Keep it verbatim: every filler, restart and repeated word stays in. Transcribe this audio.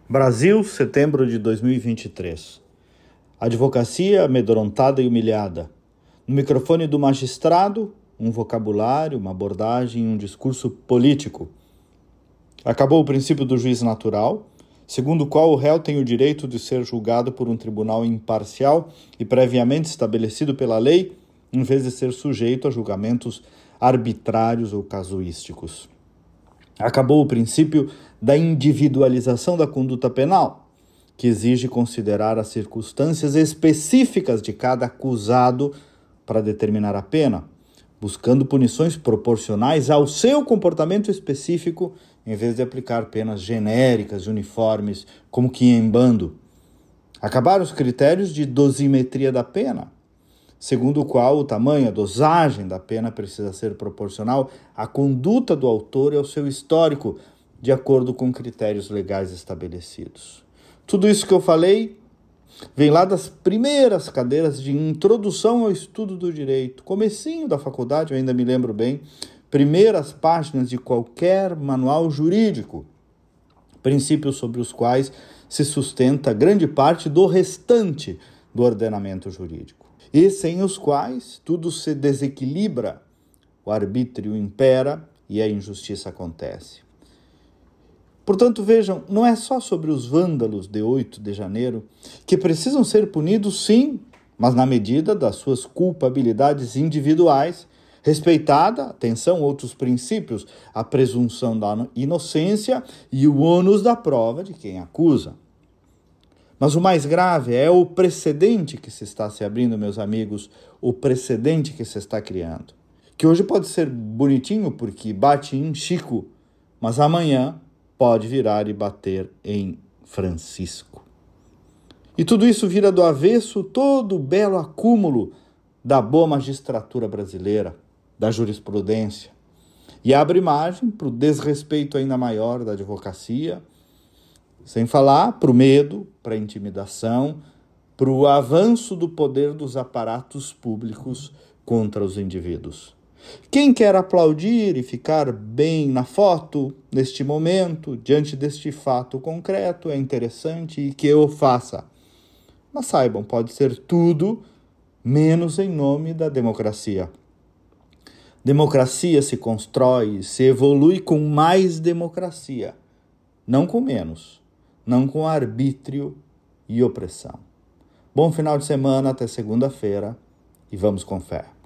Brasil, setembro de dois mil e vinte e três. Advocacia amedrontada e humilhada. No microfone do magistrado, um vocabulário, uma abordagem, um discurso político. Acabou o princípio do juiz natural, segundo o qual o réu tem o direito de ser julgado por um tribunal imparcial e previamente estabelecido pela lei, em vez de ser sujeito a julgamentos arbitrários ou casuísticos. Acabou o princípio da individualização da conduta penal, que exige considerar as circunstâncias específicas de cada acusado para determinar a pena, buscando punições proporcionais ao seu comportamento específico, em vez de aplicar penas genéricas e uniformes, como que em bando. Acabaram os critérios de dosimetria da pena, segundo o qual o tamanho, a dosagem da pena precisa ser proporcional à conduta do autor e ao seu histórico, de acordo com critérios legais estabelecidos. Tudo isso que eu falei vem lá das primeiras cadeiras de introdução ao estudo do direito, comecinho da faculdade, eu ainda me lembro bem, primeiras páginas de qualquer manual jurídico, princípios sobre os quais se sustenta grande parte do restante do ordenamento jurídico, e sem os quais tudo se desequilibra, o arbítrio impera e a injustiça acontece. Portanto, vejam, não é só sobre os vândalos de oito de janeiro que precisam ser punidos, sim, mas na medida das suas culpabilidades individuais, respeitada, atenção, outros princípios, a presunção da inocência e o ônus da prova de quem acusa. Mas o mais grave é o precedente que se está se abrindo, meus amigos, o precedente que se está criando. Que hoje pode ser bonitinho porque bate em Chico, mas amanhã pode virar e bater em Francisco. E tudo isso vira do avesso todo o belo acúmulo da boa magistratura brasileira, da jurisprudência, e abre margem para o desrespeito ainda maior da advocacia, sem falar para o medo, para a intimidação, para o avanço do poder dos aparatos públicos contra os indivíduos. Quem quer aplaudir e ficar bem na foto, neste momento, diante deste fato concreto, é interessante e que o faça. Mas saibam, pode ser tudo menos em nome da democracia. Democracia se constrói, se evolui com mais democracia, não com menos, não com arbítrio e opressão. Bom final de semana, até segunda-feira, e vamos com fé.